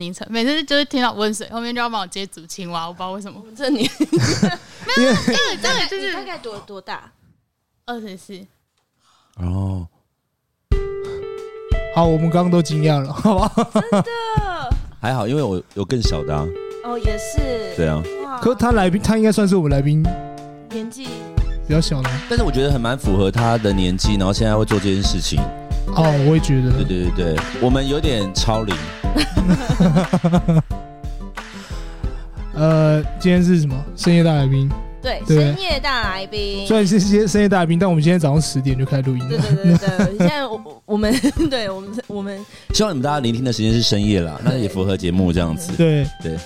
凌晨，每次就是听到温水，后面就要帮我接煮青蛙，我不知道为什么。 我们这年没有，真的就是大概多大 ？24。 哦， 好，我们刚刚都惊讶了，好不好？ 真的还好，因为我有更小的啊。 哦，也是。 对啊， 可他来宾，他应该算是我们来宾年纪比较小的。 但是我觉得很蛮符合他的年纪，然后现在会做这件事情。 哦，我也觉得。 对，我们有点超龄。 今天是什么？深夜大来宾。 对， 对深夜大来宾。 虽然是深夜大来宾，但我们今天早上10点就开始录音了。 对，现在我们对我们希望你们大家聆听的时间是深夜啦，那也符合节目这样子。 对。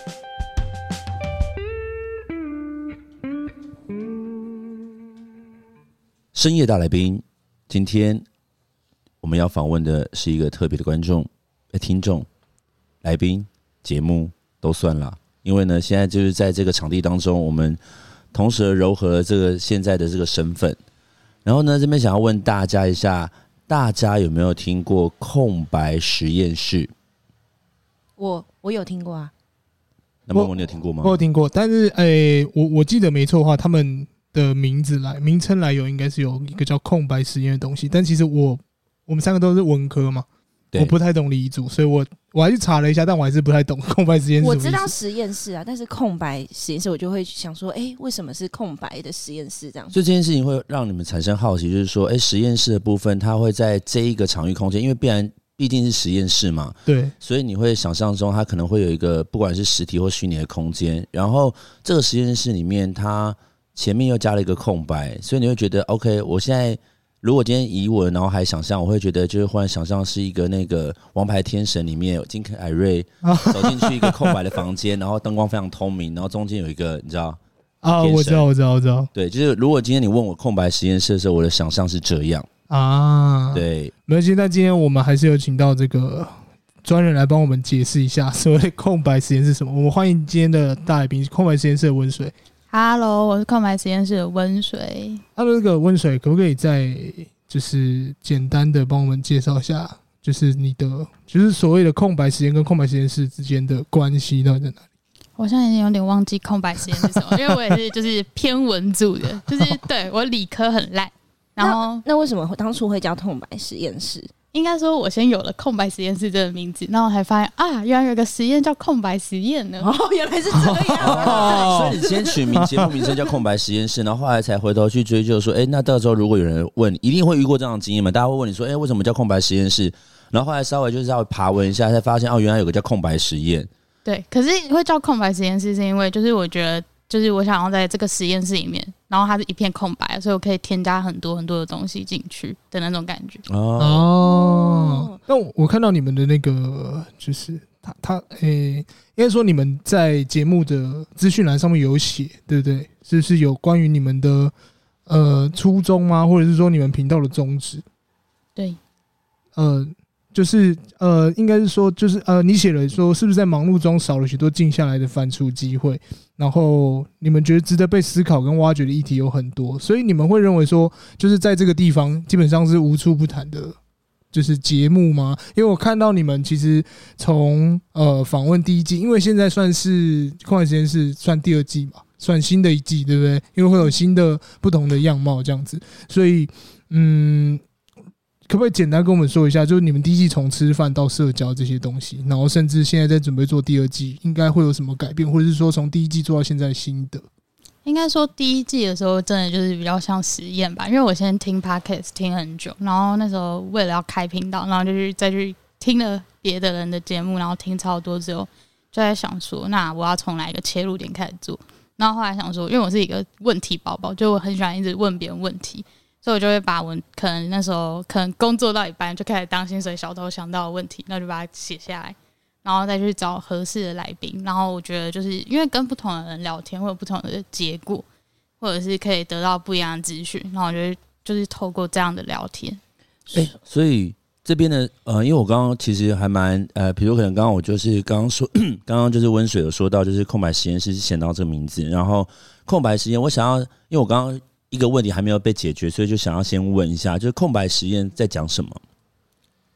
深夜大来宾，今天我们要访问的是一个特别的听众、来宾、节目都算啦。因为呢，现在就是在这个场地当中，我们同时糅合了这个现在的这个身份。然后呢，这边想要问大家一下，大家有没有听过空白实验室？ 我有听过啊。 那么你有听过吗？ 我有听过，但是我记得没错的话，他们的名称来由应该是有一个叫空白实验的东西，但其实我们3个都是文科嘛，我不太懂理组，所以我还去查了一下，但我还是不太懂空白实验室。 我知道实验室啊，但是空白实验室我就会想说，为什么是空白的实验室这样？ 所以这件事情会让你们产生好奇，就是说，实验室的部分它会在这一个场域空间，因为毕竟是实验室嘛， 对， 所以你会想象中它可能会有一个不管是实体或虚拟的空间，然后这个实验室里面它前面又加了一个空白，所以你会觉得 OK， 我现在如果今天以我的脑海想象，我会觉得就是忽然想象是一个那个王牌天神里面有金凯瑞走进去一个空白的房间，然后灯光非常透明，然后中间有一个你知道啊，我知道， 对，就是如果今天你问我空白实验室的时候，我的想象是这样啊，对， 没关系。但今天我们还是有请到这个专人来帮我们解释一下所谓空白实验是什么。我们欢迎今天的大来宾，空白实验室的温水。 Hello， 我是空白实验室的温水。 这个温水可不可以再就是简单的帮我们介绍一下，就是你的就是所谓的空白实验跟空白实验室之间的关系到底在哪里？ 我现在已经有点忘记空白实验是什么，因为我也是就是偏文组的，就是对我理科很烂。然后那为什么当初会叫空白实验室？ 应该说我先有了空白实验室这个名字，然后我才发现啊，原来有个实验叫空白实验呢。 原来是这样。 所以你先取节目名称叫空白实验室，然后后来才回头去追究说，那到时候如果有人问你，一定会遇过这样的经验嘛？大家会问你说，为什么叫空白实验室？然后后来稍微爬文一下，才发现原来有个叫空白实验。对， 可是会叫空白实验室是因为就是我觉得就是我想要在这个实验室里面，然后它是一片空白，所以我可以添加很多很多的东西进去的那种感觉。 那我看到你们的那个就是应该说你们在节目的资讯栏上面有写，对不对？是不是有关于你们的初衷吗？或者是说你们频道的宗旨？ 对， 就是应该是说，就是你写了说，是不是在忙碌中少了许多静下来的反刍机会？然后你们觉得值得被思考跟挖掘的议题有很多，所以你们会认为说，就是在这个地方基本上是无处不谈的，就是节目吗？因为我看到你们其实从访问第1季，因为现在算是空白实验室算第2季嘛，算新的一季，对不对？因为会有新的不同的样貌这样子，所以可不可以简单跟我们说一下，就是你们第1季从吃饭到社交这些东西，然后甚至现在在准备做第2季，应该会有什么改变，或者是说从第1季做到现在新的？ 应该说第1季的时候真的就是比较像实验吧，因为我先听 Podcast 听很久，然后那时候为了要开频道，然后就是再去听了别的人的节目，然后听超多之后，就在想说，那我要从哪一个切入点开始做？然后后来想说，因为我是一个问题宝宝，就我很喜欢一直问别人问题。所以我就会把我可能那时候可能工作到一半就开始当薪水小偷想到的问题，那就把它写下来，然后再去找合适的来宾。然后我觉得就是因为跟不同的人聊天会有不同的结果，或者是可以得到不一样的资讯。然后我觉得就是透过这样的聊天。 所以这边的因为我刚刚其实还蛮比如可能刚刚我就是刚刚就是温水有说到，就是空白实验室是想到这个名字，然后空白实验我想要，因为我刚刚一个问题还没有被解决，所以就想要先问一下，就是空白实验在讲什么？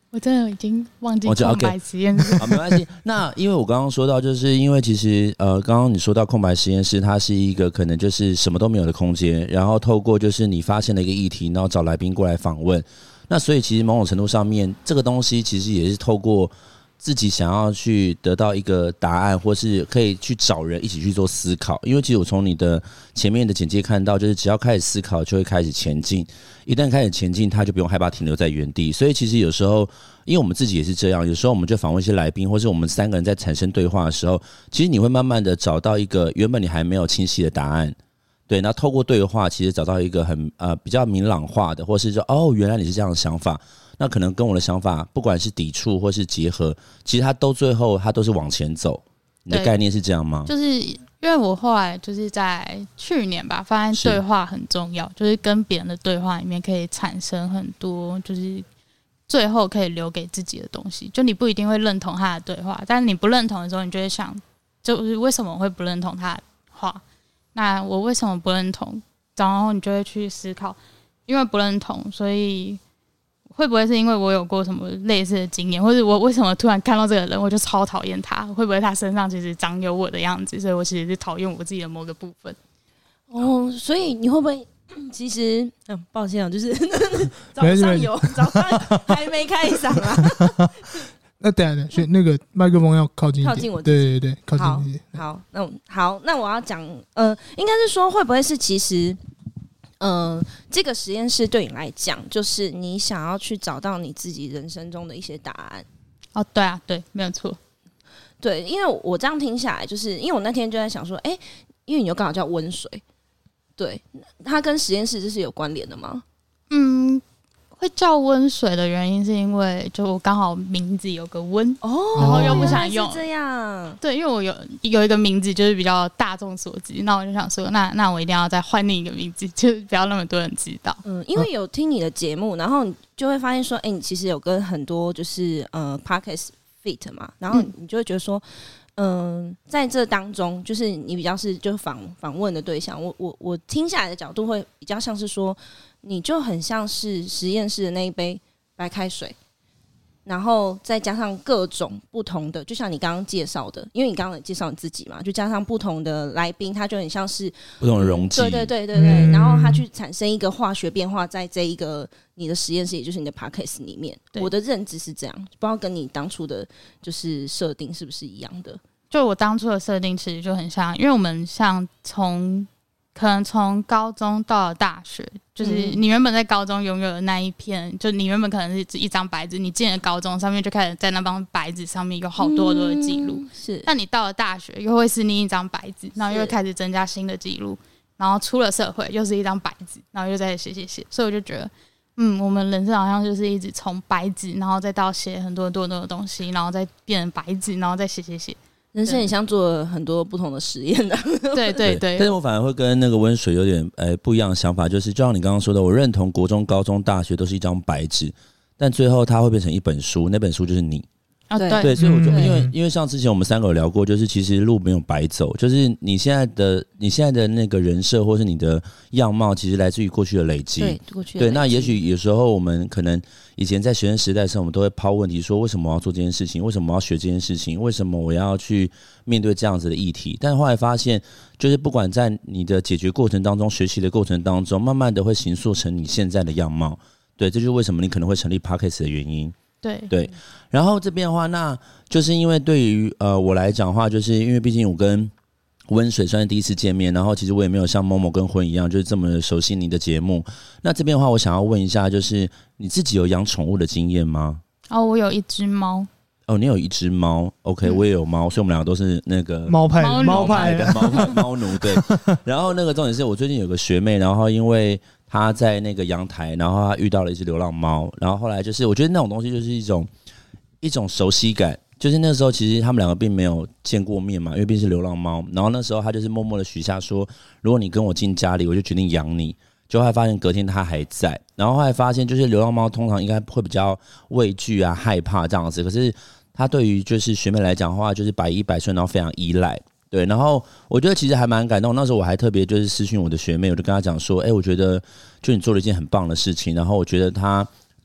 我真的已经忘记空白实验室。 好，没关系。那因为我刚刚说到，就是因为其实刚刚你说到空白实验室，它是一个可能就是什么都没有的空间，然后透过就是你发现了一个议题，然后找来宾过来访问。那所以其实某种程度上面，这个东西其实也是透过自己想要去得到一个答案，或是可以去找人一起去做思考。因为其实我从你的前面的简介看到，就是只要开始思考，就会开始前进。一旦开始前进，他就不用害怕停留在原地。所以其实有时候，因为我们自己也是这样，有时候我们就访问一些来宾，或是我们3个人在产生对话的时候，其实你会慢慢的找到一个原本你还没有清晰的答案。对，那透过对话，其实找到一个很比较明朗化的，或是说哦，原来你是这样的想法，那可能跟我的想法不管是抵触或是结合，其实它都最后它都是往前走。你的概念是这样吗？ 就是因为我后来就是在去年吧，发现对话很重要，就是跟别人的对话里面可以产生很多，就是最后可以留给自己的东西。就你不一定会认同他的对话，但是你不认同的时候，你就会想，就是为什么我会不认同他的话？那我为什么不认同？然后你就会去思考，因为不认同，所以会不会是因为我有过什么类似的经验，或者我为什么突然看到这个人我就超讨厌他？会不会他身上其实长有我的样子，所以我其实是讨厌我自己的某个部分？ 哦，所以你会不会其实抱歉啊，就是早上还没开嗓啊。 那等一下，所以那个麦克风要靠近一点， 靠近我， 对，靠近一点。 好，那我要讲，应该是说会不会是其实，这个实验室对你来讲，就是你想要去找到你自己人生中的一些答案。 哦，对啊，对，没有错。 对，因为我这样听下来，就是因为我那天就在想说，因为你又刚好叫温水，对，它跟实验室这是有关联的吗？ 会叫温水的原因是因为就我刚好名字有个温哦， 然后又不想用， 是这样。 对，因为我有一个名字就是比较大众所知，那我就想说，那我一定要再换另一个名字，就是不要那么多人知道。 因为有听你的节目，然后你就会发现说，你其实有跟很多就是podcast fit 嘛，然后你就会觉得说，在这当中，就是你比较是就访问的对象，我听下来的角度会比较像是说，你就很像是实验室的那一杯白开水，然后再加上各种不同的，就像你刚刚介绍的，因为你刚刚有介绍你自己嘛，就加上不同的来宾，他就很像是不同的溶剂， 对，然后他去产生一个化学变化，在这一个你的实验室，也就是你的 podcast 里面。我的认知是这样，不知道跟你当初的就是设定是不是一样的？ 就我当初的设定其实就很像，因为我们像可能从高中到了大学，就是你原本在高中拥有的那一片，就你原本可能是一张白纸，你进了高中上面就开始在那张白纸上面有好多的记录， 是。 但你到了大学又会是另一张白纸，然后又会开始增加新的记录，然后出了社会又是一张白纸，然后又在写，所以我就觉得，我们人生好像就是一直从白纸，然后再到写很多的东西，然后再变成白纸，然后再写。 人生很像做了很多不同的实验的， 对。 但是我反而会跟那个温水有点不一样的想法，就是就像你刚刚说的，我认同国中、高中、大学都是一张白纸，但最后它会变成一本书，那本书就是你。对，所以我就因为像之前我们3个有聊过，就是其实路没有白走，就是你现在的那个人设或是你的样貌，其实来自于过去的累积。 对，过去的累积。 对，那也许有时候我们可能以前在学生时代的时候，我们都会抛问题说，为什么我要做这件事情？为什么我要学这件事情？为什么我要去面对这样子的议题？但后来发现，就是不管在你的解决过程当中、学习的过程当中，慢慢的会形塑成你现在的样貌。对，这就是为什么你可能会成立 Podcast 的原因。对，然后这边的话，那就是因为对于我来讲的话，就是因为毕竟我跟温水算是第一次见面，然后其实我也没有像Momo跟婚一样，就是这么熟悉你的节目。那这边的话，我想要问一下，就是你自己有养宠物的经验吗？ 我有一只猫。 哦，你有一只猫 ，OK，我也有猫，所以我们两个都是那个猫派猫奴。对，然后那个重点是我最近有个学妹，然后因为她在那个阳台，然后她遇到了一只流浪猫，然后后来就是我觉得那种东西就是一种熟悉感，就是那时候其实他们两个并没有见过面嘛，因为毕竟是流浪猫，然后那时候她就是默默的许下说，如果你跟我进家里，我就决定养你。就后来发现隔天它还在，然后后来发现就是流浪猫通常应该会比较畏惧啊、害怕这样子，可是它对于就是学妹来讲的话，就是百依百顺，然后非常依赖。对，然后我觉得其实还蛮感动。那时候我还特别就是私讯我的学妹，我就跟她讲说，我觉得就你做了一件很棒的事情，然后我觉得她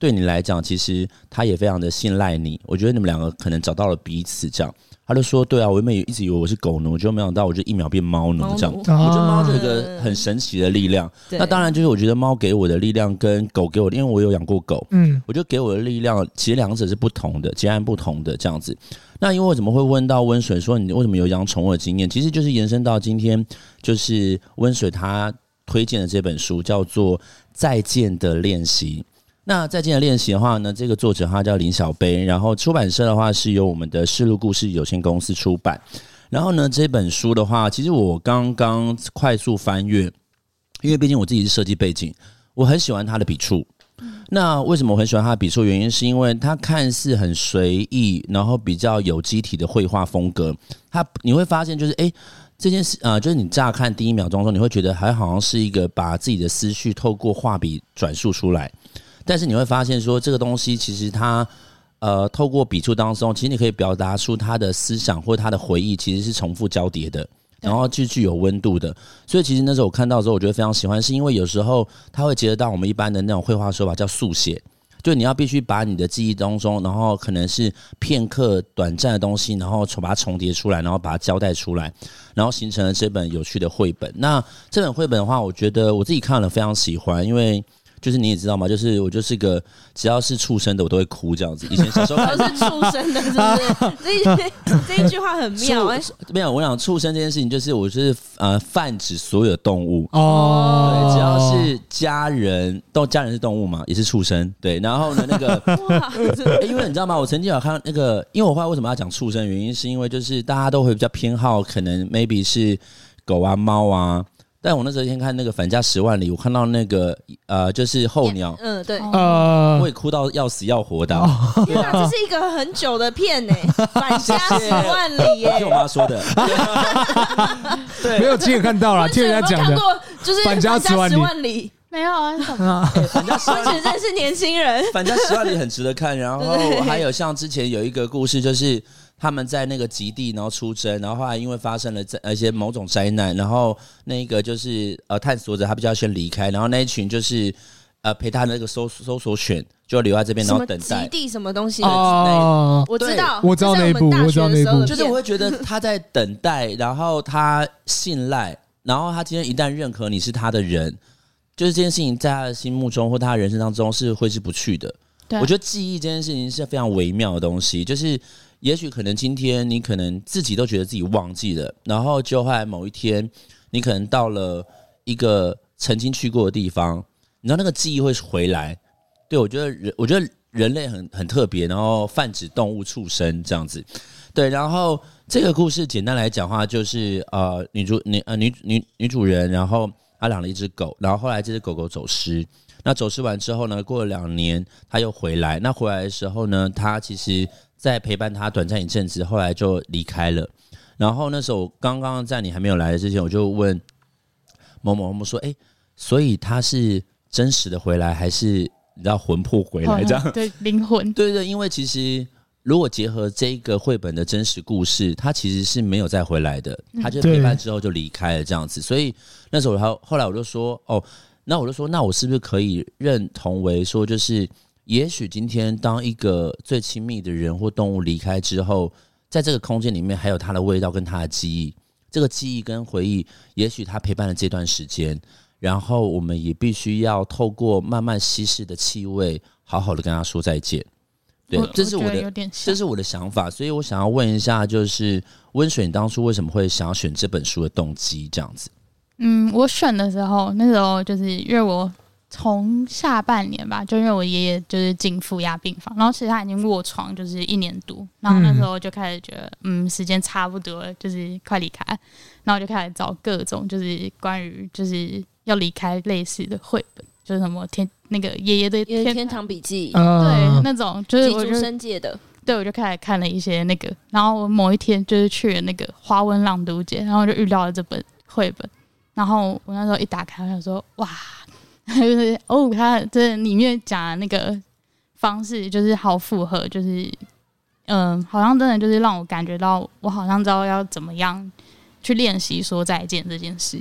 对你来讲，其实他也非常的信赖你。我觉得你们两个可能找到了彼此，这样。他就说：“对啊，我原本一直以为我是狗奴，就没想到我就1秒变猫奴这样。我觉得猫有一个很神奇的力量。那当然就是我觉得猫给我的力量跟狗给我的，因为我有养过狗，我觉得给我的力量其实两者是不同的，截然不同的这样子。那因为我怎么会问到温水说你为什么有养宠物的经验？其实就是延伸到今天，就是温水他推荐的这本书叫做《再见的练习》。”那再见的练习的话呢，这个作者他叫林小杯，然后出版社的话是由我们的世路故事有限公司出版。然后呢，这本书的话，其实我刚刚快速翻阅，因为毕竟我自己是设计背景，我很喜欢他的笔触。那为什么我很喜欢他的笔触？原因是因为他看似很随意，然后比较有机体的绘画风格。你会发现就是这件事就是你乍看第一秒钟中，你会觉得还好像是一个把自己的思绪透过画笔转述出来。但是你会发现说这个东西其实它透过笔触当中，其实你可以表达出他的思想或他的回忆其实是重复交叠的，然后具有温度的。所以其实那时候我看到的时候我觉得非常喜欢，是因为有时候它会结合到我们一般的那种绘画手法叫速写，就你要必须把你的记忆当中，然后可能是片刻短暂的东西，然后把它重叠出来，然后把它交代出来，然后形成了这本有趣的绘本。那这本绘本的话，我觉得我自己看了非常喜欢，因为就是你也知道嘛，就是我就是个只要是畜生的我都会哭这样子。以前小时候都是畜生的，是不是？这一句话很妙没有，我想畜生这件事情，就是我是泛指所有动物哦， 对，只要是家人是动物嘛，也是畜生。对，然后呢，那个因为你知道吗？我曾经有看到那个，因为我后来为什么要讲畜生，原因是因为就是大家都会比较偏好，可能 maybe 是狗啊、猫啊。但我那时候先看那个《返家10万里》，我看到那个就是候鸟， 对， 我也哭到要死要活的。 天哪，这是一个很久的片欸，《返家10万里》耶， 听我妈说的， 对，没有亲眼看到啦，听人家讲的。 就是《返家10万里》。 没有啊，什么？ 返家10万里真是年轻人。 返家10万里很值得看，然后还有像之前有一个故事，就是他们在那个极地，然后出征，然后后来因为发生了一些某种灾难，然后那个就是探索者他比较先离开，然后那一群就是陪他那个搜索犬就留在这边，然后等待极地什么东西我知道， 我知道那一部，我知道那一部， 就是我会觉得他在等待，然后他信赖，然后他今天一旦认可你是他的人，就是这件事情在他的心目中或他的人生当中是挥之不去的。我觉得记忆这件事情是非常微妙的东西，就是也许可能今天你可能自己都觉得自己忘记了，然后就后来某一天你可能到了一个曾经去过的地方，你知道那个记忆会回来。对，我觉得人类很特别，然后泛指动物畜生这样子。对，然后这个故事简单来讲的话，就是女主人，然后她养了一只狗，然后后来这只狗狗走失。那走失完之后呢，过了2年，她又回来。那回来的时候呢，她其实在陪伴她短暂一阵子，后来就离开了。然后那时候刚刚在你还没有来的之前，我就问某某说：“所以她是真实的回来，还是你知道魂魄回来这样？” 对，灵魂。 对对，因为其实如果结合这个绘本的真实故事，它其实是没有再回来的，它就陪伴之后就离开了这样子。所以那时候后来我就说那我就说，那我是不是可以认同为说，就是也许今天当一个最亲密的人或动物离开之后，在这个空间里面还有它的味道跟它的记忆，这个记忆跟回忆，也许它陪伴了这段时间，然后我们也必须要透过慢慢稀释的气味，好好的跟他说再见。对，这是我的想法，所以我想要问一下，就是温水，你当初为什么会想要选这本书的动机？这样子。 我选的时候，那时候就是因为我从下半年吧，就因为我爷爷就是进负压病房，然后其实他已经卧床就是1年多，然后那时候就开始觉得时间差不多了，就是快离开，然后就开始找各种就是关于就是要离开类似的绘本，就是什么那个爷爷的天堂笔记， 对，那种就是寄出生界的。 对，我就开始看了一些那个，然后我某一天就是去了那个华文朗读节，然后就遇到了这本绘本，然后我那时候一打开，我想说哇，就是它这里面讲的那个方式就是好符合，就是好像真的就是让我感觉到我好像知道要怎么样去练习说再见这件事。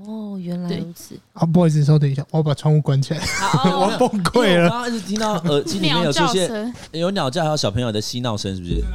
哦，原来如此。 啊，不好意思，稍等一下，我要把窗户关起来，我要崩溃了。 我刚刚一直听到耳机里面有出现有鸟叫，还有小朋友的嬉闹声，是不是？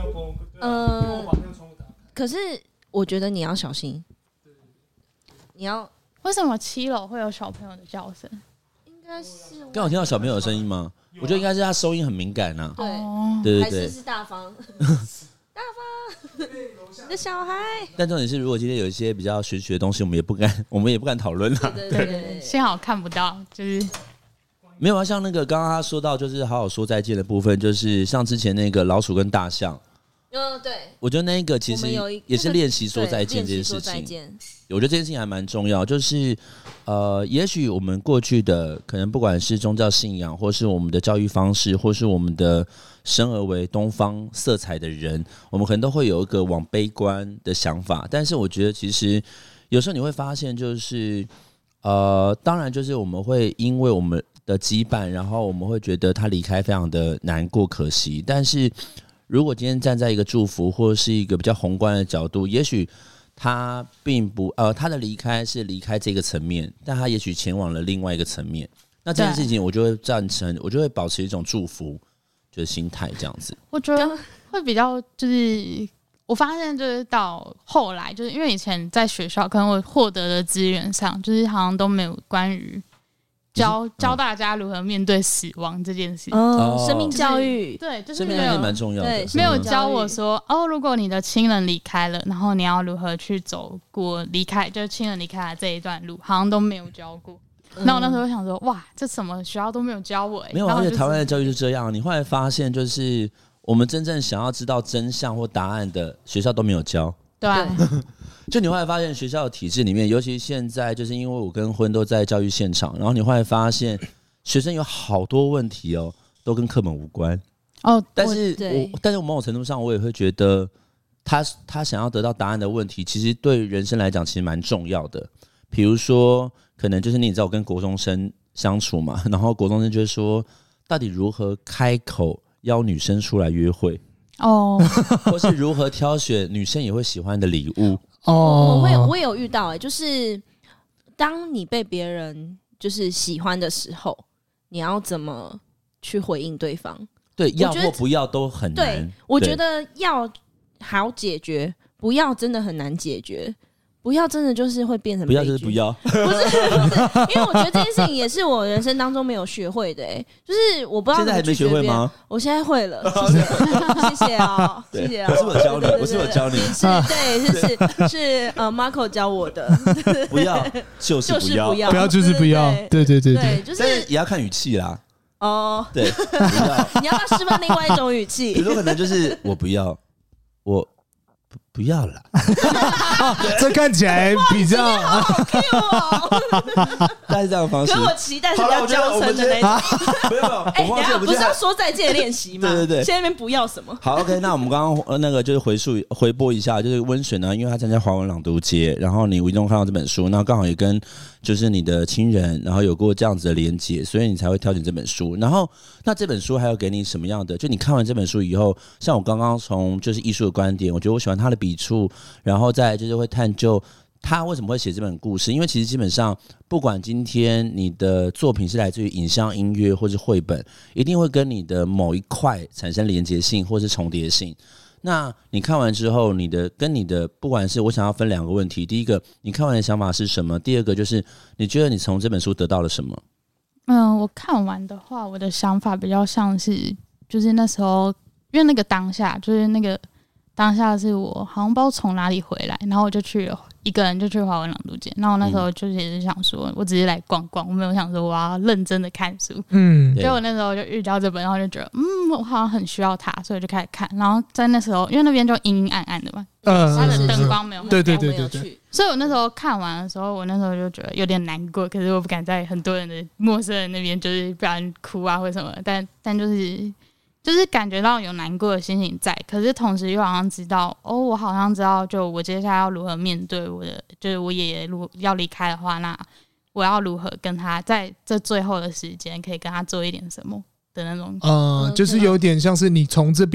可是我觉得你要小心，你要为什么7楼会有小朋友的叫声？ 应该是刚好听到小朋友的声音吗？我觉得应该是他收音很敏感啊。对， 还是大方，大方，你的小孩。 但重点是，如果今天有一些比较玄学的东西，我们也不敢讨论啦。 对， 幸好看不到，就是没有啊。像那个刚刚他说到，就是好好说再见的部分，就是像之前那个老鼠跟大象。 对， 我觉得那个其实也是练习说再见这件事情。我觉得这件事情还蛮重要，就是也许我们过去的可能不管是宗教信仰，或是我们的教育方式，或是我们的生而为东方色彩的人，我们可能都会有一个往悲观的想法。但是我觉得其实有时候你会发现，就是当然就是我们会因为我们的羁绊，然后我们会觉得他离开非常的难过可惜，但是如果今天站在一个祝福或是一个比较宏观的角度，也许他并不他的离开是离开这个层面，但他也许前往了另外一个层面。那这件事情我就会赞成，我就会保持一种祝福就是心态这样子。 我觉得会比较就是我发现就是到后来，就是因为以前在学校可能我获得的资源上，就是好像都没有关于教大家如何面对死亡这件事。 生命教育， 对，就是生命教育蛮重要的， 没有教我说如果你的亲人离开了，然后你要如何去走过离开，就是亲人离开的这一段路，好像都没有教过。那我那时候想说，哇，这什么学校都没有教我没有，而且台湾的教育是这样，你后来发现就是我们真正想要知道真相或答案的学校都没有教。 对。 就你后来发现学校的体制里面，尤其现在就是因为我跟婚都在教育现场，然后你后来发现学生有好多问题都跟课本无关。但是我某种程度上我也会觉得他想要得到答案的问题，其实对人生来讲其实蛮重要的。比如说可能就是你知道我跟国中生相处嘛，然后国中生就会说到底如何开口邀女生出来约会或是如何挑选女生也会喜欢的礼物。 我也有遇到就是当你被别人就是喜欢的时候，你要怎么去回应对方？ 对，要或不要都很难。 对，我觉得要好解决，不要真的很难解决。不要真的就是会变成不要就是不要， 不是，因为我觉得这件事情也是我人生当中没有学会的就是我不知道现在还没学会吗？ 我现在会了，谢谢啊，谢谢啊， 不是我教你，不是我教你， 是Marco 教我的， 不要就是不要， 不要就是不要，对， 就是也要看语气啦。对，不要，你要不要示范另外一种语气？ 有可能就是我不要，我不要了这看起来比较好 Q 大概是这样的方式。 可我期待是比较娇嗔的那种。 没有， 不是要说再见的练习吗？ 对， 现在那边不要什么。 好 ，OK， 那我们刚刚那个就是回播一下，就是温水呢，因为他参加华文朗读节，然后你无意中看到这本书，那刚好也跟就是你的亲人，然后有过这样子的连结，所以你才会挑选这本书。然后那这本书还有给你什么样的？就你看完这本书以后，像我刚刚从就是艺术的观点，我觉得我喜欢他的笔触，然后再就是会探究他为什么会写这本故事。因为其实基本上不管今天你的作品是来自于影像、音乐或是绘本，一定会跟你的某一块产生连结性或是重叠性。那你看完之后，跟你的不管是我想要分两个问题，第一个你看完的想法是什么，第二个就是你觉得你从这本书得到了什么。 我看完的话，我的想法比较像是就是那时候因为那个当下就是那个当下是我好像不知道从哪里回来，然后我就去一个人就去华文朗读节，然后那时候就是也是想说我只是来逛逛，我没有想说我要认真的看书。所以我那时候就遇到这本，然后就觉得我好像很需要它，所以我就开始看。然后在那时候因为那边就阴阴暗暗的嘛，它的灯光没有很对， 所以我那时候看完的时候，我那时候就觉得有点难过，可是我不敢在很多人的陌生人那边就是不然哭啊或什么，但就是感觉到有难过的心情在，可是同时又好像知道我好像知道，就我接下来要如何面对我的，就是我爷爷如果要离开的话，那我要如何跟他在这最后的时间可以跟他做一点什么的那种。 就是有点像是你从这边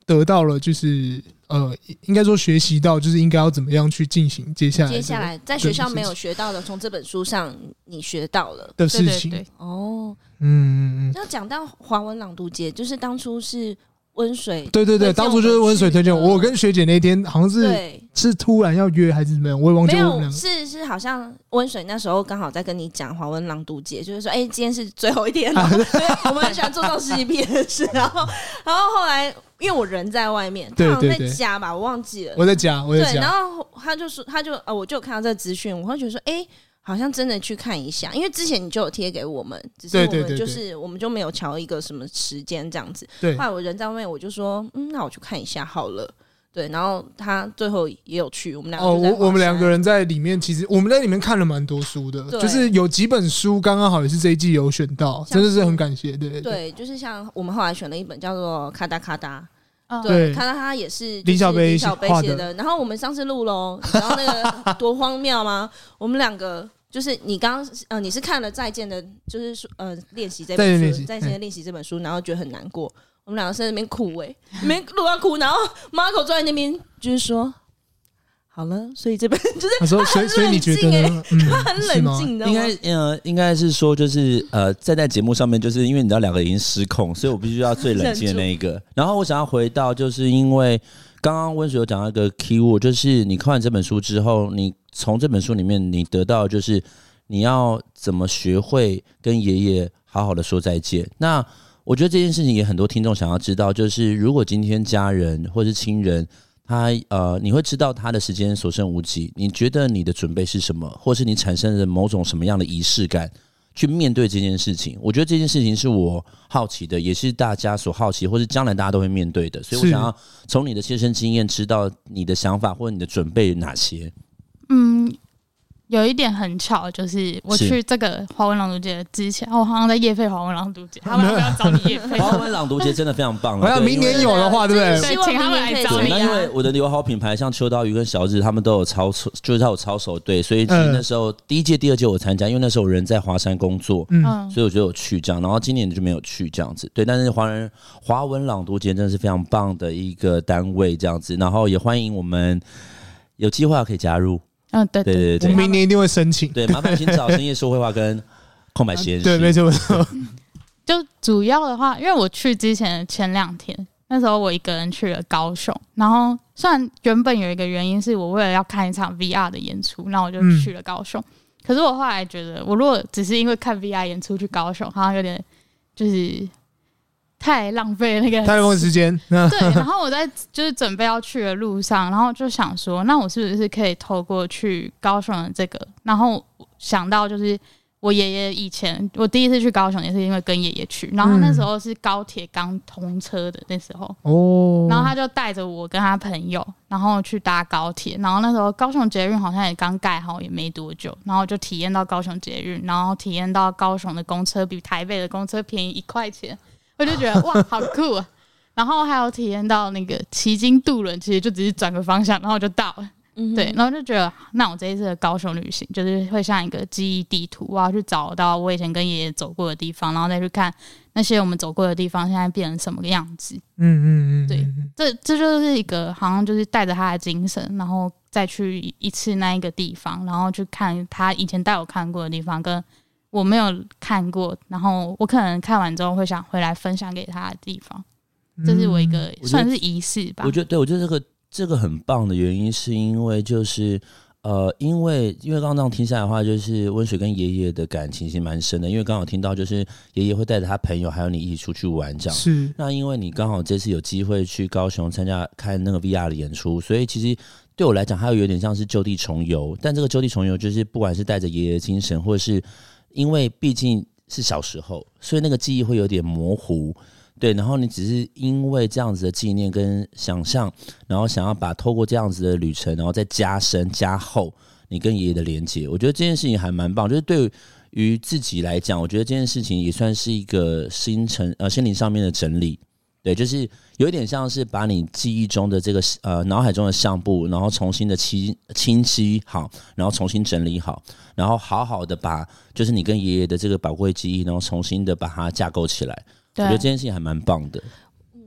得到了就是应该说学习到就是应该要怎么样去进行接下来在学校没有学到的，从这本书上你学到了的事情。 对哦， 要讲到华文朗读节，就是当初是温水， 对，当初就是温水推荐我跟学姐那天好像是突然要约还是怎么样，我也忘记了。 没有，是好像温水那时候刚好在跟你讲华文朗读节，就是说，今天是最后一天了，对，我们很喜欢做这种实习毕业的事。然后后来因为我人在外面，他好像在家吧，我忘记了， 我在家，对， 然后他就说，我就有看到这个资讯，我会觉得说，好像真的去看一下，因为之前你就有贴给我们，只是我们就是我们就没有瞧一个什么时间这样子。 对， 后来我人在外面，我就说，那我去看一下好了。对，然后他最后也有去，我们两个我们两个人在里面，其实我们在里面看了蛮多书的，就是有几本书刚刚好也是这一季有选到，真的是很感谢。对， 就是像我们后来选了一本叫做《咔哒咔哒》。 对， 看到他也是林小杯写的。然后我们上次录喽，然后那个多荒谬吗？我们两个就是你刚你是看了《再见》的，就是练习这本书，《再见的练习》这本书，然后觉得很难过。我们两个在那边哭那边录到哭，然后 Marco 坐在那边就是说。好了，所以这本就是他说，所以你觉得呢？ 他很冷静的， 应该是说，就是在节目上面，就是因为你知道两个已经失控，所以我必须要最冷静的那一个。然后我想要回到，就是因为刚刚温水有讲到一个 keyword， 就是你看完这本书之后，你从这本书里面你得到就是你要怎么学会跟爷爷好好的说再见。那我觉得这件事情也很多听众想要知道，就是如果今天家人或是亲人。你会知道他的时间所剩无几，你觉得你的准备是什么，或是你产生了某种什么样的仪式感去面对这件事情？我觉得这件事情是我好奇的，也是大家所好奇，或是将来大家都会面对的，所以我想要从你的亲身经验知道你的想法或者你的准备有哪些。 有一点很巧，就是我去这个华文朗读节之前，我好像在业配华文朗读节，他们要不要找你业配？ 华文朗读节真的非常棒， 好像明年有的话，对不对？ 对，请他们来找你。 那因为我的友好品牌像秋刀鱼跟小日，他们都有就是他有操守队，所以那时候第一届、第二届我参加，因为那时候我人在华山工作，所以我就有去这样。然后今年就没有去这样子，对。但是华文朗读节真的是非常棒的一个单位这样子，然后也欢迎我们有计划可以加入。对， 我明年一定会申请。 对，麻烦请找深夜说会话跟空白实验室。 对，没错。 就主要的话，因为我去之前的前2天，那时候我一个人去了高雄，然后虽然原本有一个原因是我为了要看一场 VR 的演出，那我就去了高雄。可是我后来觉得，我如果只是因为看 VR 演出去高雄，好像有点就是太浪费那个太浪费时间。 对，然后我在就是准备要去的路上，然后就想说，那我是不是可以透过去高雄的这个，然后想到就是我爷爷以前我第一次去高雄也是因为跟爷爷去，然后那时候是高铁刚通车的那时候，然后他就带着我跟他朋友，然后去搭高铁，然后那时候高雄捷运好像也刚盖好也没多久，然后就体验到高雄捷运，然后体验到高雄的公车比台北的公车便宜1块钱。我就觉得哇，好酷啊！然后还有体验到那个旗津渡轮，其实就只是转个方向，然后就到了。对，然后就觉得，那我这一次的高雄旅行，就是会像一个记忆地图，我要去找到我以前跟爷爷走过的地方，然后再去看那些我们走过的地方现在变成什么样子。对，这就是一个好像就是带着他的精神，然后再去一次那一个地方，然后去看他以前带我看过的地方，跟我没有看过，然后我可能看完之后会想回来分享给他的地方，这是我一个算是仪式吧。 我觉得这个很棒的原因是因为就是因为刚刚这样听下来的话，就是温水跟爷爷的感情其实蛮深的，因为刚好听到就是爷爷会带着他朋友还有你一起出去玩这样。 是。 那因为你刚好这次有机会去高雄参加看那个 VR 的演出，所以其实对我来讲，它有点像是就地重游。但这个就地重游就是不管是带着爷爷的精神，或者是因为毕竟是小时候，所以那个记忆会有点模糊，对。然后你只是因为这样子的纪念跟想象，然后想要把透过这样子的旅程，然后再加深加厚你跟爷爷的连结。我觉得这件事情还蛮棒，就是对于自己来讲，我觉得这件事情也算是一个心灵上面的整理。对，就是有一点像是把你记忆中的这个脑海中的相簿，然后重新的清晰好，然后重新整理好，然后好好的把就是你跟爷爷的这个宝贵记忆，然后重新的把它架构起来。我觉得这件事情还蛮棒的。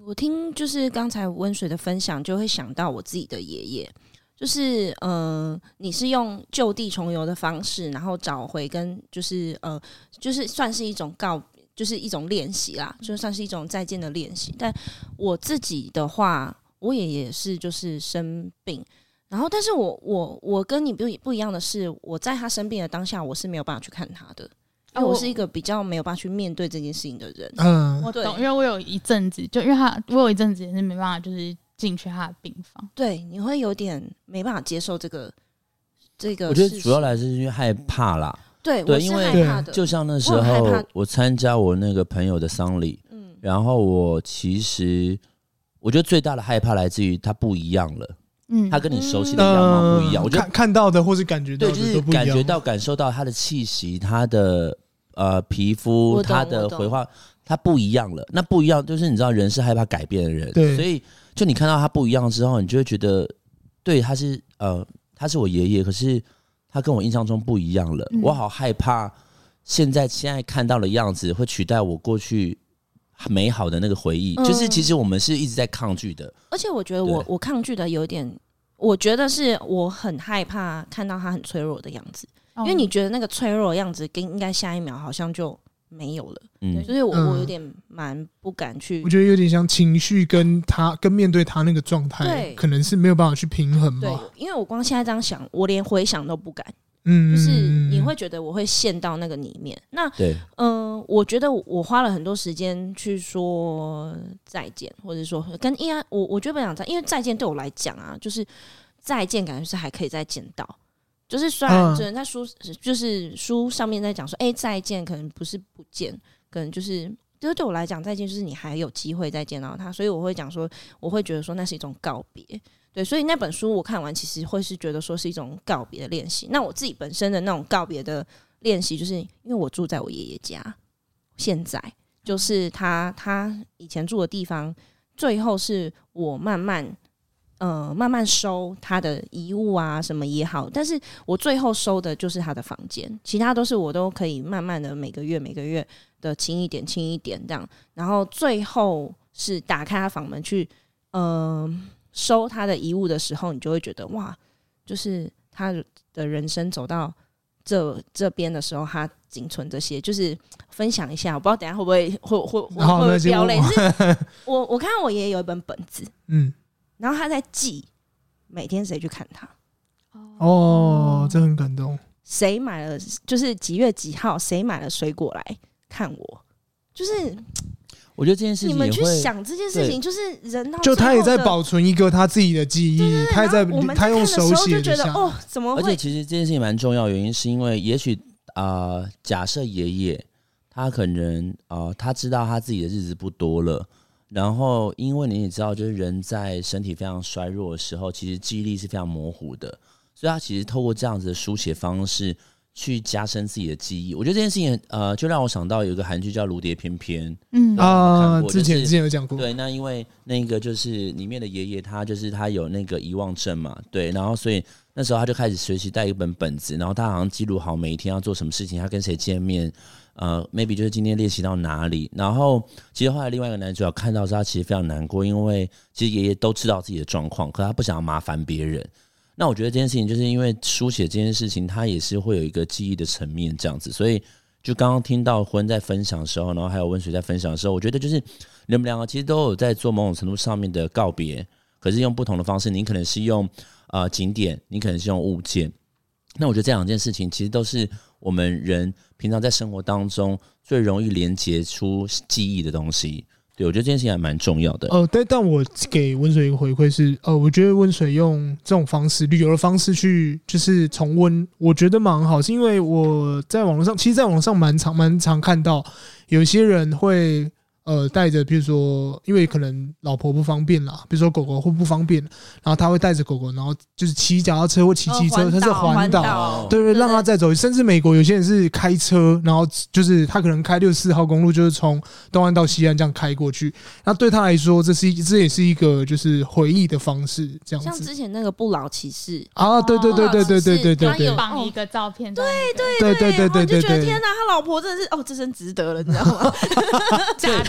我听就是刚才温水的分享，就会想到我自己的爷爷，就是你是用就地重游的方式，然后找回跟就是算是一种就是一种练习啦，就算是一种再见的练习。但我自己的话，我爷爷是就是生病，然后但是我跟你不一样的是，我在他生病的当下，我是没有办法去看他的。因为我是一个比较没有办法去面对这件事情的人。 我懂，因为我有一阵子，就因为我有一阵子也是没办法，就是进去他的病房。 对，你会有点没办法接受这个。 我觉得主要来自于害怕啦。 对，我是害怕的。 就像那时候我参加我那个朋友的丧礼，然后我觉得最大的害怕来自于他不一样了。他跟你熟悉的样貌不一样，我觉得看到的或是感觉到的对，就是感受到他的气息，他的皮肤，他的回话，他不一样了。那不一样就是你知道，人是害怕改变的人，所以就你看到他不一样之后，你就会觉得，对，他是我爷爷，可是他跟我印象中不一样了。我好害怕现在看到的样子会取代我过去美好的那个回忆，就是其实我们是一直在抗拒的。 而且我觉得我抗拒的有点，我觉得是我很害怕看到他很脆弱的样子，因为你觉得那个脆弱的样子跟应该下一秒好像就没有了，所以我有点蛮不敢去。 我觉得有点像情绪跟面对他那个状态，可能是没有办法去平衡吧。 对，因为我光现在这样想，我连回想都不敢。就是你会觉得我会陷到那个里面。那我觉得我花了很多时间去说再见，或者说因为我觉得不想因为再见对我来讲啊，就是再见感觉是还可以再见到。就是虽然只能在书上面在讲说，再见可能不是不见，可能就是对我来讲，再见就是你还有机会再见到他，所以我会讲说，我会觉得说那是一种告别。对，所以那本书我看完，其实会是觉得说是一种告别的练习。那我自己本身的那种告别的练习，就是因为我住在我爷爷家，现在就是他以前住的地方，最后是我慢慢收他的遗物啊什么也好，但是我最后收的就是他的房间，其他都是我都可以慢慢的每个月的清一点这样，然后最后是打开他房门去收他的遗物的时候，你就会觉得哇，就是他的人生走到这边的时候，他仅存这些，就是分享一下。我不知道等一下会不会飙泪。我看到我爷爷有一本本子，然后他在记每天谁去看他。 这很感动。 谁买了，就是几月几号，谁买了水果来看我，就是。 我觉得这件事情， 你们去想这件事情，就是人到就他也在保存一个他自己的记忆，他也在他用手写就觉得怎么会？ 而且其实这件事情蛮重要，原因是因为也许假设爷爷他可能他知道他自己的日子不多了，然后因为你也知道，就是人在身体非常衰弱的时候，其实记忆力是非常模糊的，所以他其实透过这样子的书写方式去加深自己的记忆。我觉得这件事情就让我想到有一个韩剧叫《如蝶翩翩》， 之前有讲过。 对，那因为那个就是里面的爷爷，他有那个遗忘症嘛，对，然后所以那时候他就开始学习带一本本子，然后他好像记录好每一天要做什么事情，他跟谁见面，maybe 就是今天练习到哪里。然后其实后来另外一个男主角看到之后，他其实非常难过，因为其实爷爷都知道自己的状况，可他不想要麻烦别人。那我觉得这件事情就是因为书写这件事情，它也是会有一个记忆的层面这样子，所以就刚刚听到婚在分享的时候，然后还有温水在分享的时候，我觉得就是你们两个其实都有在做某种程度上面的告别，可是用不同的方式，你可能是用景点，你可能是用物件。那我觉得这两件事情其实都是我们人平常在生活当中最容易连结出记忆的东西。对，我觉得这件事情还蛮重要的。 但我给温水一个回馈是，我觉得温水用这种方式，旅游的方式去就是重温，我觉得蛮好，是因为我在网络上，其实在网上蛮常看到有一些人会带着，比如说因为可能老婆不方便啦，比如说狗狗会不方便，然后他会带着狗狗，然后就是骑脚踏车或骑机车，他是环岛，对，让他再走。甚至美国有些人是开车，然后就是他可能开64号公路，就是从东岸到西岸这样开过去。那对他来说，这也是一个就是回忆的方式，这样子。 像之前那个不老骑士啊，对， 他有绑一个照片， 对， 就觉得天哪，他老婆真的是这真值得了，你知道吗？ 假的。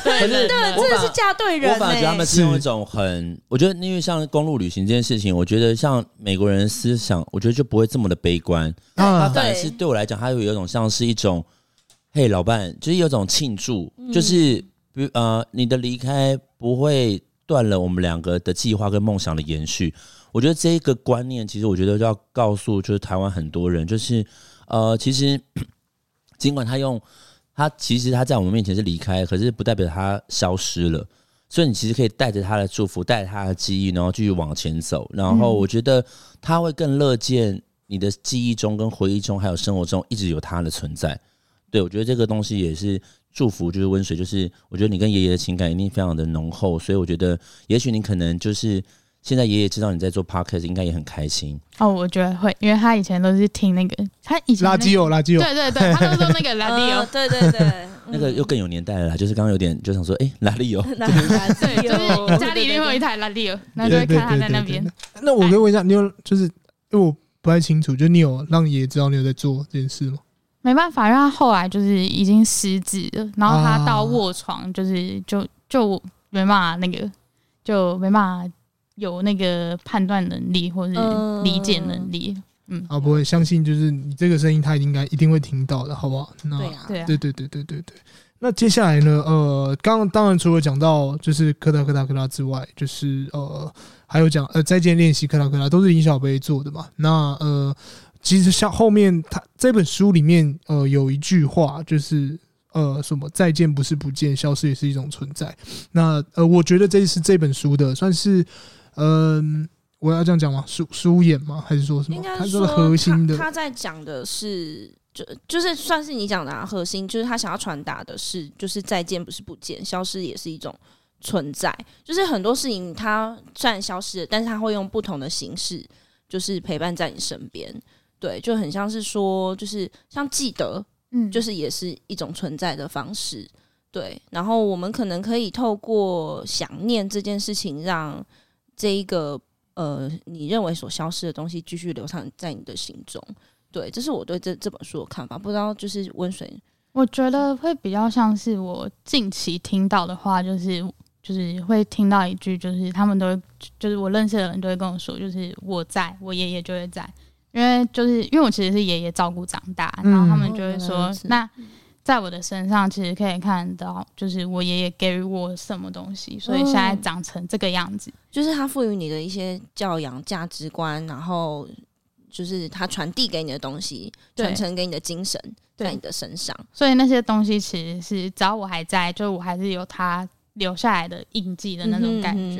对人了， 真的是嫁对人。 我反而觉得他们是用一种很，我觉得因为像公路旅行这件事情，我觉得像美国人的思想，我觉得就不会这么的悲观。他反而是对我来讲，他有一种像是一种，嘿，老伴，就是有一种庆祝，就是你的离开不会断了我们两个的计划跟梦想的延续。我觉得这个观念，其实我觉得就要告诉就是台湾很多人，就是其实尽管其实他在我们面前是离开，可是不代表他消失了。所以你其实可以带着他的祝福，带着他的记忆，然后继续往前走。然后我觉得他会更乐见你的记忆中、跟回忆中，还有生活中一直有他的存在。对，我觉得这个东西也是祝福，就是温水，就是我觉得你跟爷爷的情感一定非常的浓厚，所以我觉得也许你可能就是现在爷爷知道你在做 podcast， 应该也很开心。 哦，我觉得会，因为他以前都是听那个，他以前、 垃圾油， 对对对，他都说那个垃圾油， 对对对， 那个又更有年代了啦，就是刚刚有点就想说，哪里有？ 对，就是家里一定会有一台垃圾油，然后就会看他在那边。 那我可以问一下，你有就是因为我不太清楚，就你有让爷爷知道你有在做这件事吗？ 没办法，因为他后来就是已经失智了，然后他到卧床，就是就没办法那个，就没办法有那个判断能力或是理解能力。 不会相信，就是你这个声音，他应该一定会听到的，好不好？那对啊， 对。那接下来呢？刚刚当然除了讲到就是科达之外，就是还有讲再见练习科达都是林小杯做的嘛。那其实像后面他这本书里面有一句话就是什么再见不是不见，消失也是一种存在。那我觉得这是这本书的算是我要这样讲吗？书眼吗？还是说什么？ 应该它这个核心的， 他在讲的是，就是算是你讲的核心，就是他想要传达的是，就是再见不是不见，消失也是一种存在。就是很多事情它虽然消失了，但是它会用不同的形式，就是陪伴在你身边。对，就很像是说，就是像记得，就是也是一种存在的方式。对，然后我们可能可以透过想念这件事情，让这一个你认为所消失的东西继续流淌在你的心中。对，这是我对这本书的看法。不知道就是温水， 我觉得会比较像是我近期听到的话，就是会听到一句，就是他们都会，就是我认识的人都会跟我说，就是我在，我爷爷就会在。因为我其实是爷爷照顾长大，然后他们就会说，那在我的身上其实可以看到，就是我爷爷给予我什么东西，所以现在长成这个样子， 就是他赋予你的一些教养价值观，然后就是他传递给你的东西，传承给你的精神，在你的身上。 所以那些东西其实是只要我还在，就我还是有他留下来的印记的那种感觉。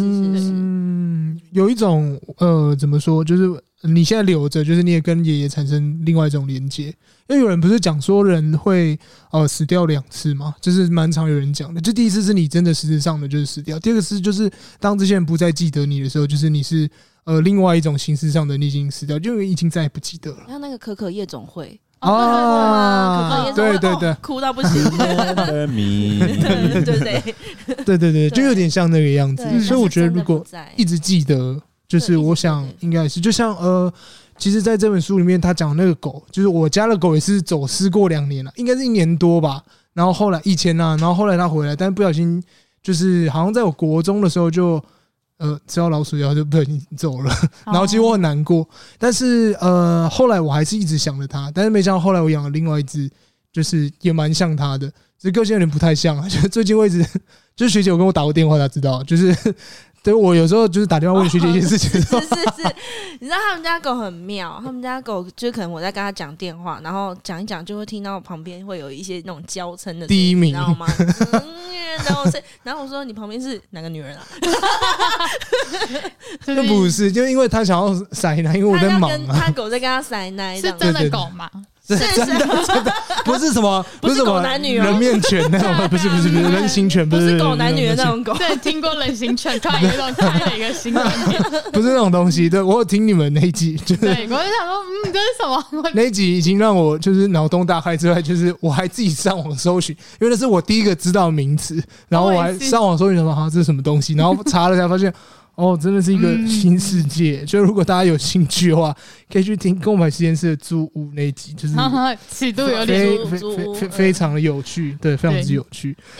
有一种怎么说，就是你现在留着，就是你也跟爷爷产生另外一种连接。因为有人不是讲说人会死掉2次吗？就是蛮常有人讲的。就第一次是你真的实质上的就是死掉，第二个是就是当这些人不再记得你的时候，就是你是另外一种形式上的你已经死掉，就已经再也不记得了。 像那个可可夜总会可可夜总会对，哭到不行。 对，就有点像那个样子。所以我觉得如果一直记得，就是我想应该是就像其实在这本书里面他讲的那个狗，就是我家的狗也是走失过2年了，应该是1年多吧。然后后来以前然后后来他回来，但是不小心就是好像在我国中的时候就吃到老鼠药就不小心走了，然后其实我很难过。但是后来我还是一直想着他，但是没想到后来我养了另外一只，就是也蛮像他的，只是个性有点不太像啊。就是最近我一直就是学姐有跟我打过电话，她知道，就是对我有时候就是打电话问学姐一件事情。 是，你知道他们家狗很妙，他们家狗就可能我在跟他讲电话，然后讲一讲就会听到旁边会有一些那种娇嗔的第一名， 你知道吗？然后我说你旁边是哪个女人啊？ 就不是，就因为他想要塞奶，因为我在忙啊。 他狗在跟他塞奶， 是真的狗吗？ 真的不是什么不是什么人面犬那种，不是人形犬， 不是狗男女的那种狗。 对，听过人形犬，突然有一种开了一个新观点， 不是那种东西。对，我有听你们那一集，就是对，我就想说，这是什么？ 那一集已经让我就是脑洞大开之外，就是我还自己上网搜寻，因为那是我第一个知道的名词，然后我还上网搜寻说这是什么东西，然后查了才发现。真的是一个新世界。就如果大家有兴趣的话，可以去听购买实验室的租屋那一集，就是尺度有点非常的有趣，对，非常之有趣。 因为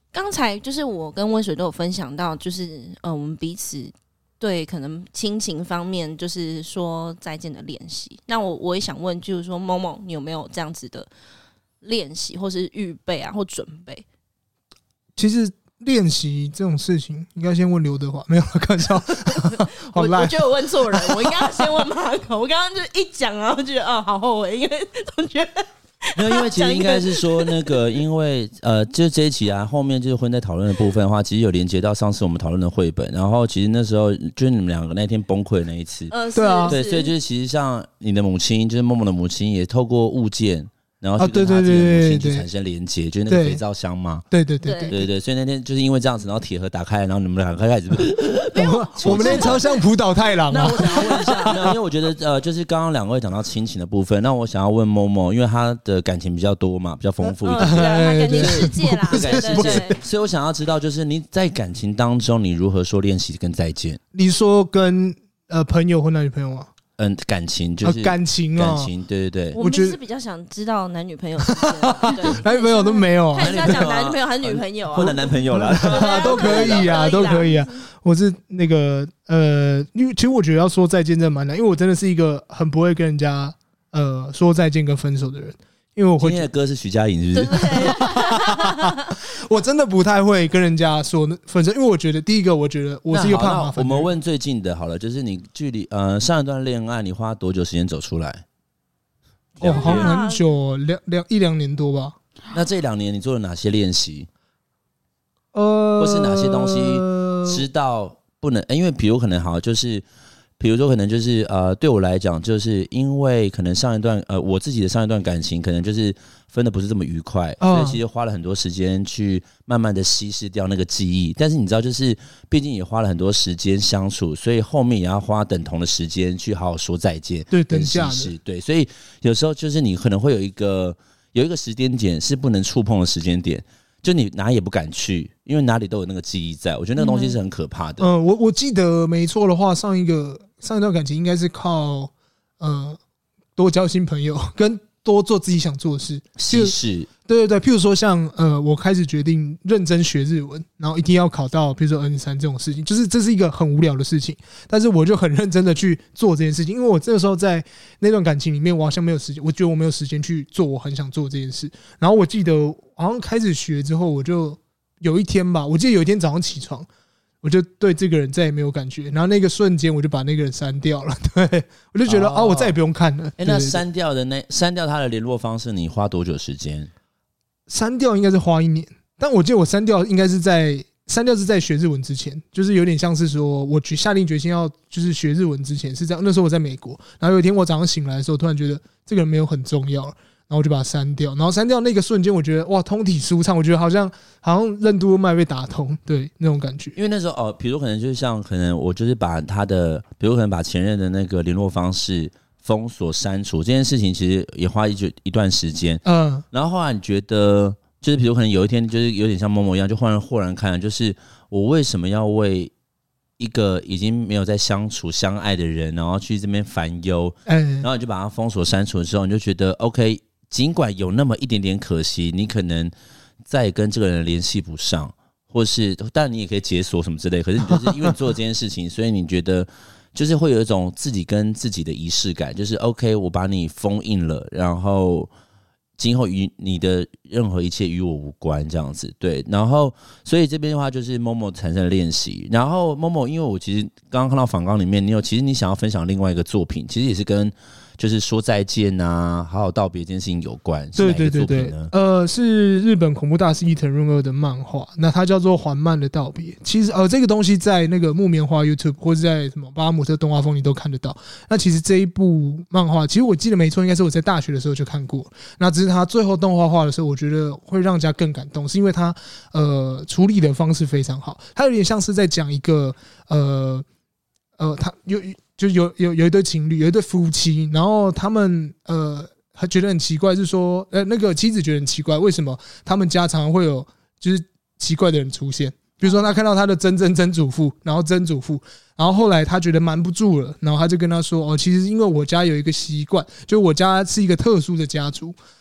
刚才就是我跟温水都有分享到，就是我们彼此对可能亲情方面就是说再见的练习。那我也想问，就是说某某你有没有这样子的练习，或是预备啊，或准备？ 其实练习这种事情，应该先问刘德华，没有开玩笑。好烂， 我觉得我问错人，我应该要先问马可。我刚刚就一讲，然后觉得好后悔，因为总觉得。 没有，因为其实应该是说那个，因为就是这一期啊，后面就是婚在讨论的部分的话，其实有连接到上次我们讨论的绘本，然后其实那时候就是你们两个那天崩溃的那一次， 对啊， 对，所以就是其实像你的母亲，就是默默的母亲，也透过物件。然后去跟他自己的母亲去产生连结，就是那个肥皂箱嘛。 对， 所以那天就是因为这样子，然后铁盒打开，然后你们两个开始， 我们那天超像浦岛太郎。 那我想要问一下，因为我觉得就是刚刚两位讲到亲情的部分，那我想要问Momo，因为他的感情比较多嘛，比较丰富一点， 他感情世界啦，对， 所以我想要知道，就是你在感情当中，你如何说练习跟再见？ 你说跟朋友或男女朋友吗？ 感情就是感情， 对。 我们是比较想知道男女朋友之间， 男女朋友都没有， 看是要讲男女朋友还是女朋友啊？ 或者男朋友啦， 都可以啊，都可以啊。我是那个因为其实我觉得要说再见真的蛮难，因为我真的是一个很不会跟人家说再见跟分手的人。因为我会今天的歌是徐佳莹，是不是？ 我真的不太会跟人家说分手，因为我觉得第一个，我觉得我是一个怕麻烦。 我们问最近的好了，就是你距离上一段恋爱，你花多久时间走出来？ 好像很久，一两年多吧。 那这2年你做了哪些练习？或是哪些东西知道不能？因为比如可能好就是。比如说，可能就是对我来讲，就是因为可能上一段我自己的上一段感情，可能就是分的不是这么愉快，所以其实花了很多时间去慢慢的稀释掉那个记忆。但是你知道，就是毕竟也花了很多时间相处，所以后面也要花等同的时间去好好说再见， 对，等价的， 对。所以有时候就是你可能会有一个时间点是不能触碰的时间点。就你哪也不敢去，因为哪里都有那个记忆在。我觉得那个东西是很可怕的。 我记得没错的话，上一段感情应该是靠多交新朋友，跟多做自己想做的事。 是， 对，譬如说像我开始决定认真学日文，然后一定要考到比如说 N3 这种事情，就是这是一个很无聊的事情，但是我就很认真的去做这件事情，因为我这个时候在那段感情里面，我好像没有时间，我觉得我没有时间去做我很想做这件事。然后我记得好像开始学之后，我就有一天吧，我记得有一天早上起床，我就对这个人再也没有感觉，然后那个瞬间我就把那个人删掉了。对，我就觉得我再也不用看了。 那删掉他的联络方式，你花多久时间？ 删掉应该是花1年，但我记得我删掉应该是在学日文之前，就是有点像是说我下定决心要就是学日文之前是这样。那时候我在美国，然后有一天我早上醒来的时候，突然觉得这个人没有很重要了。然后我就把它删掉，然后删掉那个瞬间，我觉得哇，通体舒畅，我觉得好像任督二脉被打通，对那种感觉。 因为那时候比如可能就是像可能我就是把他的，比如可能把前任的那个联络方式封锁删除这件事情，其实也花一段时间。然后后来你觉得，就是比如可能有一天，就是有点像Momo一样，就豁然开朗，就是我为什么要为一个已经没有在相处相爱的人，然后去这边烦忧，然后你就把它封锁删除之后，你就觉得 OK。尽管有那么一点点可惜，你可能再跟这个人联系不上，或是当然你也可以解锁什么之类，可是你就是因为你做了这件事情，所以你觉得就是会有一种自己跟自己的仪式感，就是 OK， 我把你封印了，然后今后与你的任何一切与我无关，这样子对。然后所以这边的话就是 Momo 产生了练习，然后 Momo 因为我其实刚刚看到访纲里面，其实你想要分享另外一个作品，其实也是跟就是说再见啊，好好道别这件事情有关。 对，是日本恐怖大师伊藤润二的漫画，那它叫做《缓慢的道别》。其实这个东西在那个木棉花 YouTube 或者在什么巴哈姆特动画风你都看得到。那其实这一部漫画，其实我记得没错，应该是我在大学的时候就看过。那只是它最后动画化的时候，我觉得会让人家更感动，是因为它处理的方式非常好。它有点像是在讲一个他有一对情侣，有一对夫妻，然后他们还觉得很奇怪，是说那个妻子觉得很奇怪，为什么他们家常常会有就是奇怪的人出现？比如说他看到他的曾祖父，然后曾祖父，然后后来他觉得瞒不住了，然后他就跟他说：“其实因为我家有一个习惯，就我家是一个特殊的家族，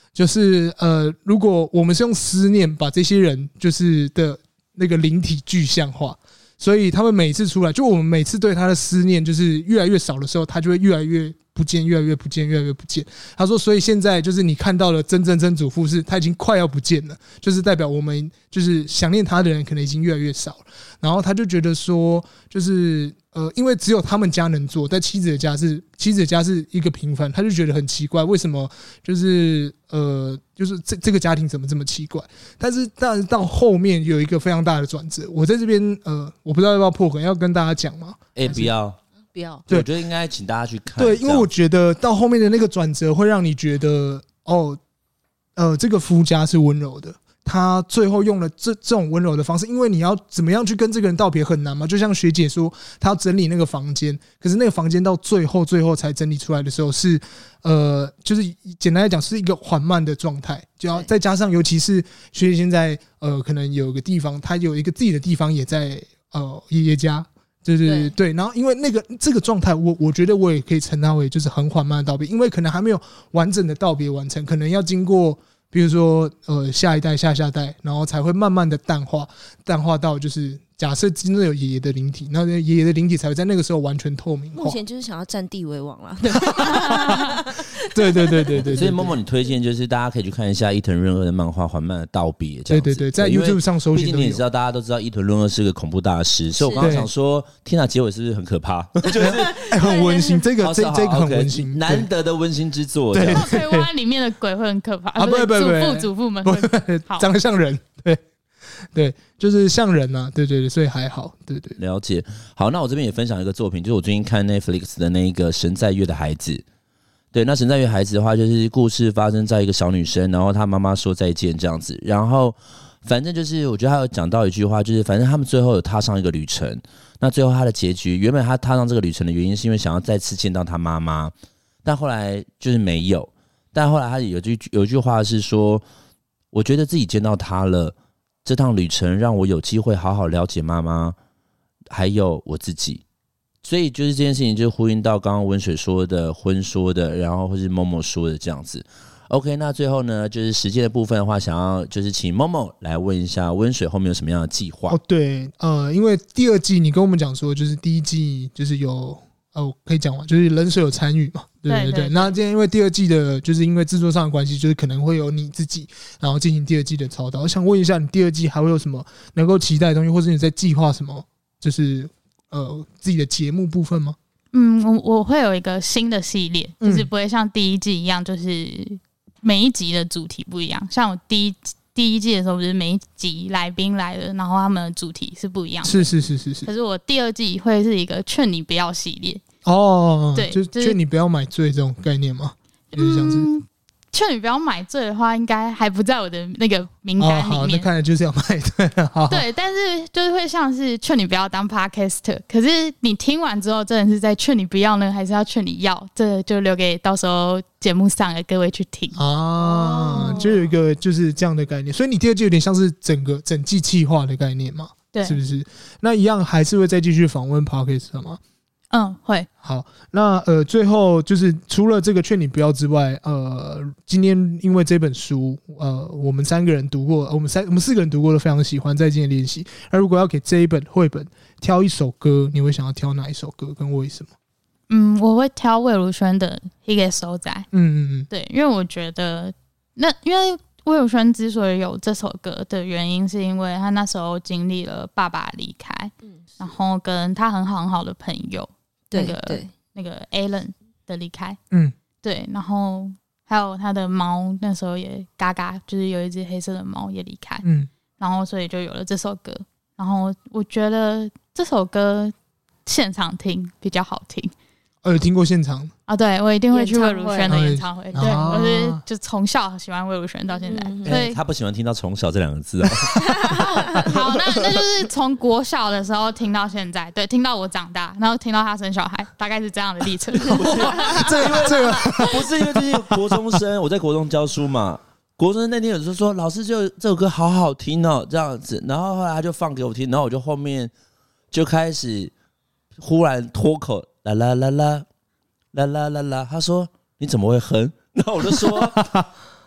就是如果我们是用思念把这些人就是的那个灵体具象化，所以他们每次出来，就我们每次对他的思念就是越来越少的时候，他就会越来越不见，越来越不见，越来越不见。他说，所以现在就是你看到的曾祖父是他已经快要不见了，就是代表我们就是想念他的人可能已经越来越少了。然后他就觉得说，就是因为只有他们家能做，但妻子的家是一个平凡，他就觉得很奇怪，为什么就是这个家庭怎么这么奇怪？但是到后面有一个非常大的转折，我在这边我不知道要不要破梗，要跟大家讲吗？ 不要。 对， 我觉得应该请大家去看。 对，因为我觉得到后面的那个转折会让你觉得，这个夫家是温柔的。他最后用了这种温柔的方式，因为你要怎么样去跟这个人道别很难嘛。就像学姐说，她要整理那个房间，可是那个房间到最后才整理出来的时候是，就是简单来讲是一个缓慢的状态，就要再加上，尤其是学姐现在可能有个地方，她有一个自己的地方也在爷爷家。对，然后因为这个状态，我觉得我也可以称它为就是很缓慢的道别，因为可能还没有完整的道别完成，可能要经过比如说下一代、下代，然后才会慢慢的淡化到就是假设真的有爷爷的灵体，那爷爷的灵体才会在那个时候完全透明化。 目前就是想要占地为王啦。 对， 所以Momo你推荐就是大家可以去看一下伊藤润二的漫画《缓慢的道别》这样子。 对，在 YouTube 上搜寻。 毕竟你也知道，大家都知道伊藤润二是个恐怖大师，所以我刚刚想说，天哪，结尾是不是很可怕？就是很温馨，这个很温馨， 难得的温馨之作。 对，水湾里面的鬼会很可怕啊！不，祖父们长得像人，对，就是像人啊，对，所以还好，对， 了解。好，那我这边也分享一个作品，就是我最近看 Netflix 的那一个《神在月的孩子》。对，那《神在月孩子》的话，就是故事发生在一个小女生，然后她妈妈说再见这样子，然后反正就是我觉得她有讲到一句话，就是反正他们最后有踏上一个旅程，那最后她的结局，原本她踏上这个旅程的原因是因为想要再次见到她妈妈，但后来就是没有，但后来她有一句话是说，我觉得自己见到她了。这趟旅程让我有机会好好了解妈妈，还有我自己，所以就是这件事情就呼应到刚刚温水说的、婚说的，然后或是Momo说的这样子。OK， 那最后呢，就是时间的部分的话，想要就是请Momo来问一下温水后面有什么样的计划？ 对，因为第二季你跟我们讲说，就是第一季就是有可以讲嘛，就是冷水有参与嘛，对。那今天因为第二季的，就是因为制作上的关系，就是可能会有你自己，然后进行第二季的操刀。我想问一下，你第二季还会有什么能够期待的东西，或者你在计划什么？就是自己的节目部分吗？ 我会有一个新的系列，就是不会像第一季一样，就是每一集的主题不一样。像我第一季的时候，不是每一集来宾来了，然后他们的主题是不一样的。 是。可是我第二季会是一个劝你不要系列。对， 就劝你不要买醉这种概念吗？就是这样子。 劝你不要买醉的话，应该还不在我的那个名单里面。 好，那看来就是要买醉。 对，但是就是会像是劝你不要当 podcaster， 可是你听完之后，真的是在劝你不要呢，还是要劝你要？这就留给到时候节目上的各位去听就有一个就是这样的概念。所以你第二季有点像是整季企划的概念嘛？ 对， 是不是？那一样还是会再继续访问 podcaster 吗？ 会。 好，那最后就是除了这个劝你不要之外，今天因为这本书，我们三个人读过，我们四个人读过都非常喜欢，在今天练习。那如果要给这一本绘本挑一首歌，你会想要挑哪一首歌，跟为什么？ 我会挑魏如萱的《那个所在》。对，因为我觉得因为魏如萱之所以有这首歌的原因，是因为她那时候经历了爸爸离开，然后跟她很好的朋友。那个 Alan 的离开，对，然后还有他的猫，那时候也嘎嘎，就是有一只黑色的猫也离开，然后所以就有了这首歌。然后我觉得这首歌现场听比较好听。 有听过现场啊？对，我一定会去魏如萱的演唱会。对，我是就从小喜欢魏如萱到现在。所以他不喜欢听到从小这两个字啊。 好，那就是从国小的时候听到现在，对，听到我长大，然后听到他生小孩，大概是这样的历程。 这个不是因为最近国中生，我在国中教书嘛。国中那天有时候说老师就这首歌好好听哦，这样子，然后后来他就放给我听，然后我就后面就开始忽然脱口。啦啦啦啦啦啦啦啦，他说你怎么会哼？然后我就说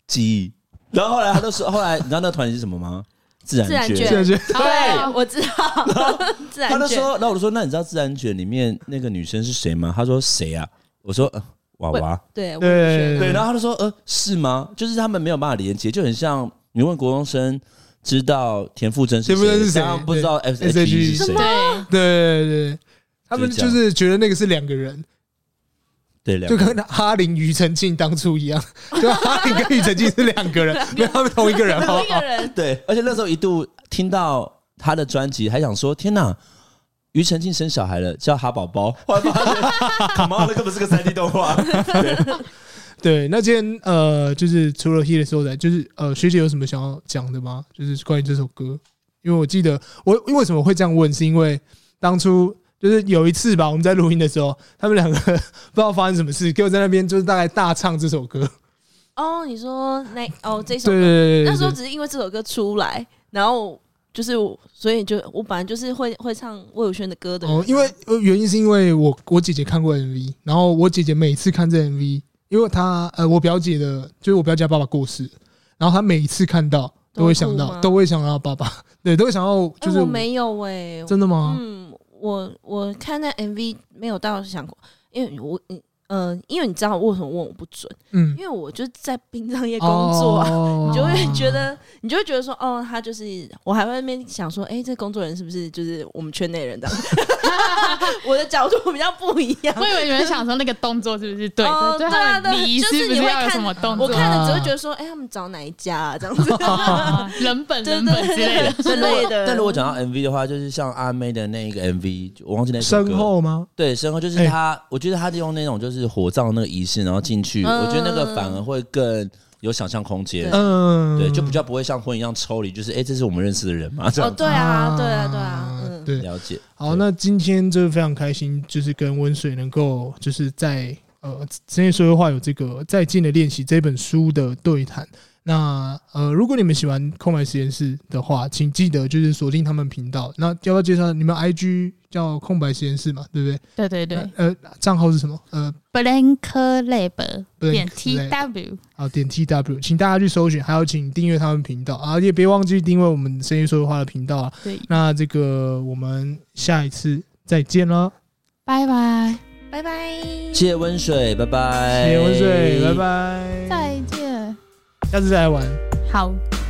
记忆。然后后来他就说，后来你知道那个团体是什么吗？自然卷。 对，我知道。自然卷。 他就说，然后我就说，那你知道自然卷里面那个女生是谁吗？他说谁啊？我说娃娃。 对， 对， 然后他就说是吗？就是他们没有办法连接，就很像你问国中生知道田馥甄是谁，他们不知道 S.H.E 是谁。 对，他们就是觉得那个是2个人。 对， 就跟哈林、庾澄庆当初一样，就哈林跟庾澄庆是2个人，没有他们同一个人， 同一个人。 对，而且那时候一度听到他的专辑，还想说天哪，庾澄庆生小孩了，叫哈宝宝。后来发现，Come on，那根本是个3D 动画。 对，那今天就是除了 Heat 的时候的，就是学姐有什么想要讲的吗？就是关于这首歌，因为我记得因为什么会这样问，是因为当初。就是有一次吧，我们在录音的时候，他们2个不知道发生什么事，给我在那边就是大概大唱这首歌。 哦，你说这首歌， 对， 那时候只是因为这首歌出来，然后就是所以我本来就是会唱魏如萱的歌的人。 因为原因是因为我姐姐看过 MV， 然后我姐姐每次看这 MV， 因为我表姐就是我表姐爸爸过世，然后她每一次看到都会想到爸爸，对，都会想到就是我没有真的吗？ 我看那 MV 没有到想过，因为因为你知道为什么问我不准？因为我就在殡葬业工作啊，你就会觉得说，他就是我还会在那边想说，这工作人是不是就是我们圈内人这样？我的角度比较不一样。 我以为你们想说那个动作是不是对的？对啊，礼仪是不是要有什么動作？ 我看了只会觉得说，他们找哪一家啊？这样子， 人本之类的。 但如果讲到 MV 的话，就是像阿妹的那一个 MV， 我忘记那首歌。 身后吗？ 对，身后就是他，我觉得他用那种就是火葬那个仪式，然后进去，我觉得那个反而会更有想象空间。对，就比较不会像婚一样抽离，就是这是我们认识的人嘛？这样。 对啊。 对， 了解。 好，那今天就是非常开心，就是跟温水能够就是在深夜说说话有这个再见的练习这本书的对谈。那如果你们喜欢空白实验室的话，请记得就是锁定他们频道。那要不要介绍你们 IG 叫空白实验室嘛？对不对？对。 账号是什么 ？Blank Lab .tw 好.tw， 请大家去搜寻，还有请订阅他们频道啊，也别忘记订阅我们深夜说说话的频道啊。 对， 那这个我们下一次再见了， 拜拜， 拜拜， 谢谢温水，拜拜， 谢谢温水，拜拜， 再见。 下次再来玩。 好。